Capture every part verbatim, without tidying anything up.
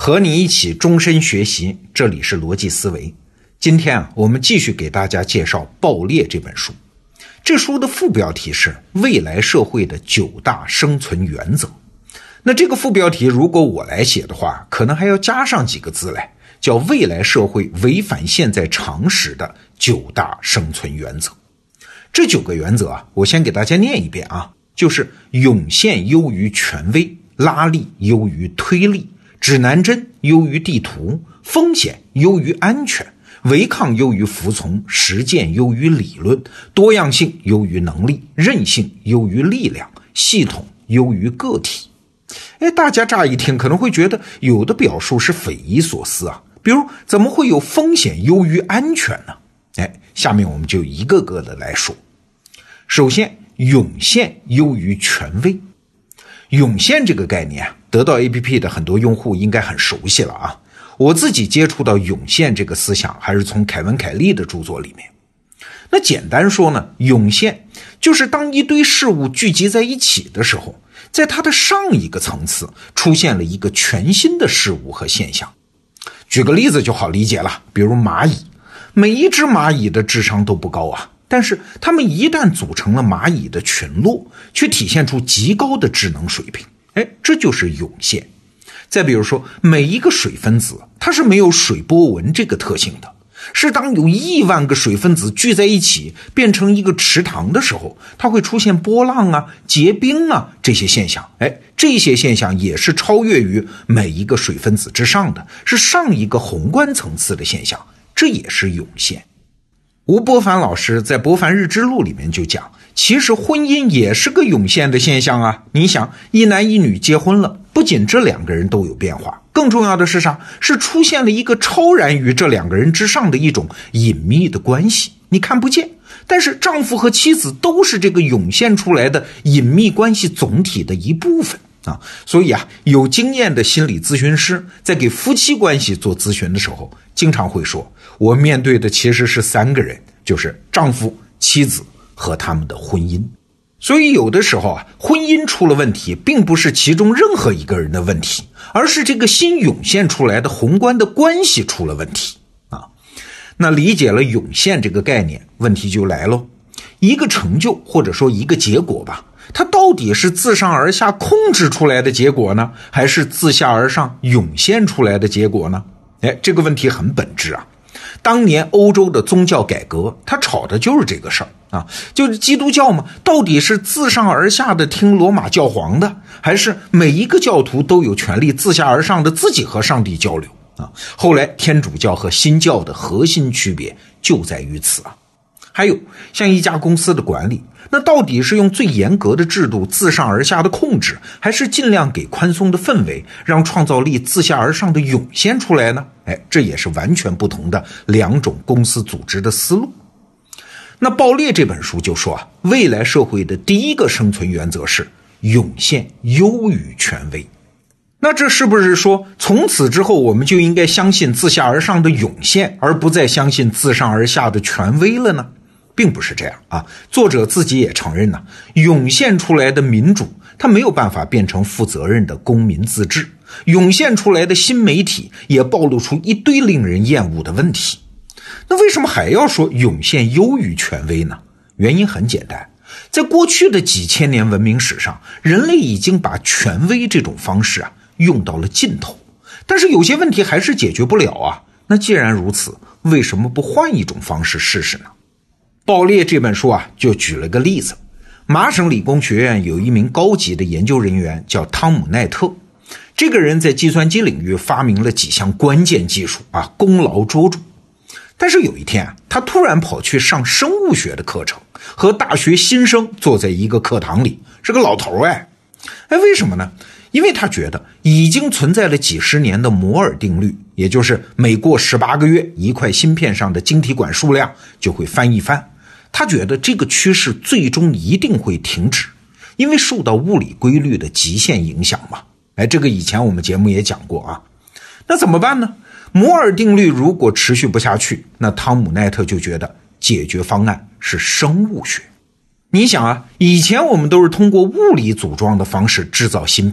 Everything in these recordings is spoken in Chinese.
和你一起终身学习，这里是逻辑思维。今天啊，我们继续给大家介绍《爆裂》这本书。这书的副标题是未来社会的九大生存原则。那这个副标题如果我来写的话，可能还要加上几个字来，叫未来社会违反现在常识的九大生存原则。这九个原则啊，我先给大家念一遍啊，就是涌现优于权威，拉力优于推力，指南针优于地图，风险优于安全，违抗优于服从，实践优于理论，多样性优于能力，韧性优于力量，系统优于个体。哎，大家乍一听可能会觉得有的表述是匪夷所思啊，比如怎么会有风险优于安全呢？哎，下面我们就一个个的来说。首先，涌现优于权威。涌现这个概念啊，得到 A P P 的很多用户应该很熟悉了啊。我自己接触到涌现这个思想还是从凯文·凯利的著作里面。那简单说呢，涌现就是当一堆事物聚集在一起的时候，在它的上一个层次出现了一个全新的事物和现象。举个例子就好理解了，比如蚂蚁，每一只蚂蚁的智商都不高啊，但是它们一旦组成了蚂蚁的群落，却体现出极高的智能水平，哎，这就是涌现。再比如说，每一个水分子它是没有水波纹这个特性的，是当有亿万个水分子聚在一起变成一个池塘的时候，它会出现波浪啊、结冰啊这些现象。哎，这些现象也是超越于每一个水分子之上的，是上一个宏观层次的现象，这也是涌现。吴伯凡老师在《伯凡日志录》里面就讲，其实婚姻也是个涌现的现象啊。你想，一男一女结婚了，不仅这两个人都有变化，更重要的是啥？是出现了一个超然于这两个人之上的一种隐秘的关系，你看不见，但是丈夫和妻子都是这个涌现出来的隐秘关系总体的一部分啊。所以啊，有经验的心理咨询师在给夫妻关系做咨询的时候，经常会说，我面对的其实是三个人，就是丈夫、妻子和他们的婚姻。所以有的时候啊，婚姻出了问题，并不是其中任何一个人的问题，而是这个新涌现出来的宏观的关系出了问题啊。那理解了涌现这个概念，问题就来咯。一个成就或者说一个结果吧，它到底是自上而下控制出来的结果呢，还是自下而上涌现出来的结果呢？哎，这个问题很本质啊。当年欧洲的宗教改革，它吵的就是这个事儿啊，就是基督教嘛，到底是自上而下的听罗马教皇的，还是每一个教徒都有权利自下而上的自己和上帝交流啊？后来天主教和新教的核心区别就在于此啊。还有像一家公司的管理，那到底是用最严格的制度自上而下的控制，还是尽量给宽松的氛围，让创造力自下而上的涌现出来呢？哎，这也是完全不同的两种公司组织的思路。那《爆裂》这本书就说啊，未来社会的第一个生存原则是涌现优于权威。那这是不是说从此之后我们就应该相信自下而上的涌现，而不再相信自上而下的权威了呢？并不是这样啊，作者自己也承认呢、啊，涌现出来的民主它没有办法变成负责任的公民自治，涌现出来的新媒体也暴露出一堆令人厌恶的问题。那为什么还要说涌现优于权威呢？原因很简单，在过去的几千年文明史上，人类已经把权威这种方式啊用到了尽头，但是有些问题还是解决不了啊。那既然如此，为什么不换一种方式试试呢？爆裂这本书啊，就举了个例子。麻省理工学院有一名高级的研究人员叫汤姆奈特，这个人在计算机领域发明了几项关键技术啊，功劳卓著。但是有一天啊，他突然跑去上生物学的课程，和大学新生坐在一个课堂里，是个老头哎。哎，为什么呢？因为他觉得已经存在了几十年的摩尔定律，也就是每过十八个月，一块芯片上的晶体管数量就会翻一番。他觉得这个趋势最终一定会停止，因为受到物理规律的极限影响嘛。哎，这个以前我们节目也讲过啊。那怎么办呢？摩尔定律如果持续不下去，那汤姆奈特就觉得解决方案是生物学。你想啊，以前我们都是通过物理组装的方式制造芯片，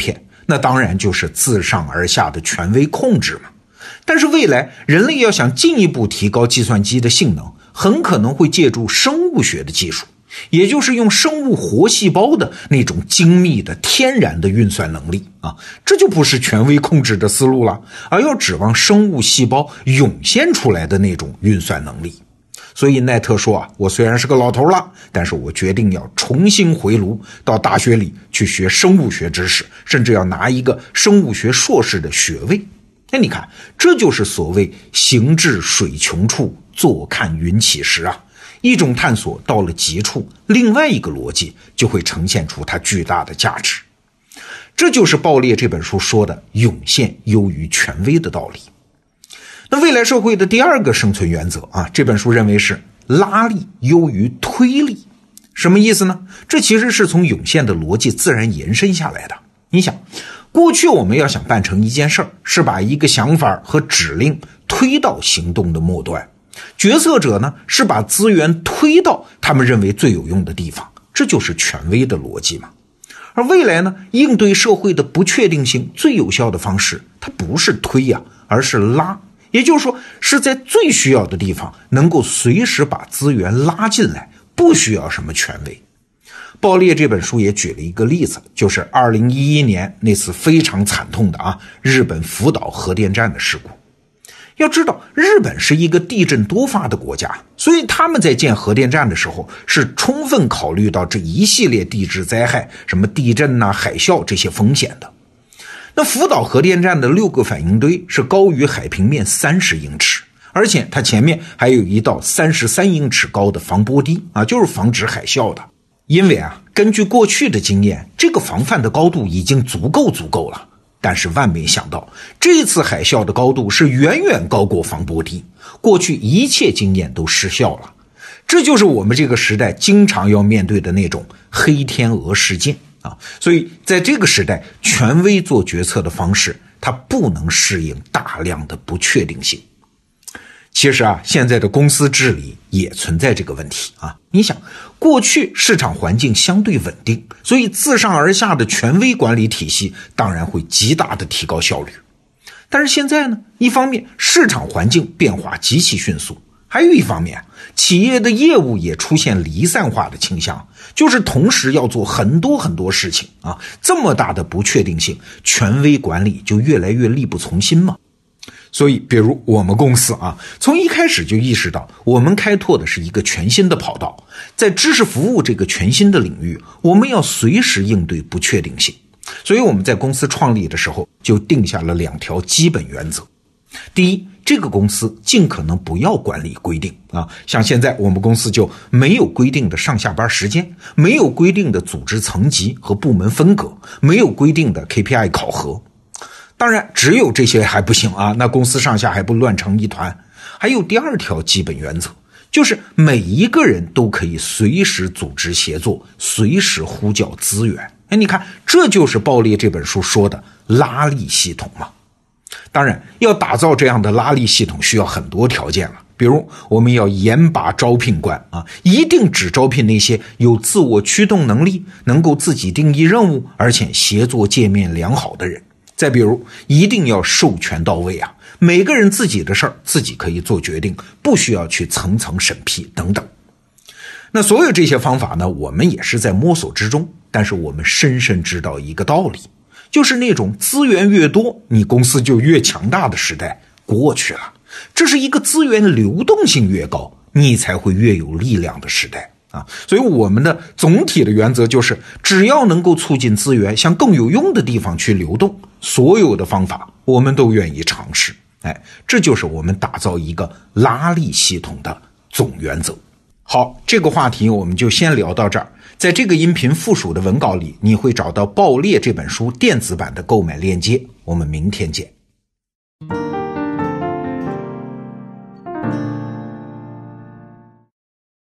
那当然就是自上而下的权威控制嘛。但是未来人类要想进一步提高计算机的性能，很可能会借助生物学的技术，也就是用生物活细胞的那种精密的天然的运算能力啊，这就不是权威控制的思路了，而要指望生物细胞涌现出来的那种运算能力。所以奈特说啊，我虽然是个老头了，但是我决定要重新回炉，到大学里去学生物学知识，甚至要拿一个生物学硕士的学位。那你看，这就是所谓行至水穷处，坐看云起时啊。一种探索到了极处，另外一个逻辑就会呈现出它巨大的价值。这就是鲍列这本书说的涌现优于权威的道理。那未来社会的第二个生存原则啊，这本书认为是拉力优于推力。什么意思呢？这其实是从涌现的逻辑自然延伸下来的。你想，过去我们要想办成一件事儿，是把一个想法和指令推到行动的末端，决策者呢是把资源推到他们认为最有用的地方，这就是权威的逻辑嘛。而未来呢，应对社会的不确定性最有效的方式，它不是推呀、啊，而是拉。也就是说，是在最需要的地方能够随时把资源拉进来，不需要什么权威。鲍列这本书也举了一个例子，就是二零一一年那次非常惨痛的啊日本福岛核电站的事故。要知道，日本是一个地震多发的国家，所以他们在建核电站的时候是充分考虑到这一系列地质灾害，什么地震啊、海啸这些风险的。那福岛核电站的六个反应堆是高于海平面三十英尺，而且它前面还有一道三十三英尺高的防波堤啊，就是防止海啸的。因为啊，根据过去的经验，这个防范的高度已经足够足够了。但是万没想到，这次海啸的高度是远远高过防波堤，过去一切经验都失效了。这就是我们这个时代经常要面对的那种黑天鹅事件啊！所以在这个时代，权威做决策的方式，它不能适应大量的不确定性。其实啊，现在的公司治理也存在这个问题啊。你想，过去市场环境相对稳定，所以自上而下的权威管理体系当然会极大的提高效率。但是现在呢，一方面市场环境变化极其迅速，还有一方面企业的业务也出现离散化的倾向，就是同时要做很多很多事情啊，这么大的不确定性，权威管理就越来越力不从心嘛。所以比如我们公司啊，从一开始就意识到我们开拓的是一个全新的跑道，在知识服务这个全新的领域，我们要随时应对不确定性。所以我们在公司创立的时候就定下了两条基本原则。第一，这个公司尽可能不要管理规定啊，像现在我们公司就没有规定的上下班时间，没有规定的组织层级和部门分隔，没有规定的 K P I 考核。当然只有这些还不行啊，那公司上下还不乱成一团。还有第二条基本原则，就是每一个人都可以随时组织协作，随时呼叫资源。哎，你看，这就是鲍列这本书说的拉力系统嘛。当然，要打造这样的拉力系统需要很多条件了，比如我们要严把招聘关啊，一定只招聘那些有自我驱动能力，能够自己定义任务，而且协作界面良好的人。再比如，一定要授权到位啊，每个人自己的事儿自己可以做决定，不需要去层层审批等等。那所有这些方法呢，我们也是在摸索之中，但是我们深深知道一个道理，就是那种资源越多，你公司就越强大的时代过去了，这是一个资源流动性越高，你才会越有力量的时代啊。所以我们的总体的原则就是，只要能够促进资源向更有用的地方去流动，所有的方法我们都愿意尝试。哎，这就是我们打造一个拉力系统的总原则。好，这个话题我们就先聊到这儿。在这个音频附属的文稿里，你会找到《爆裂》这本书电子版的购买链接。我们明天见。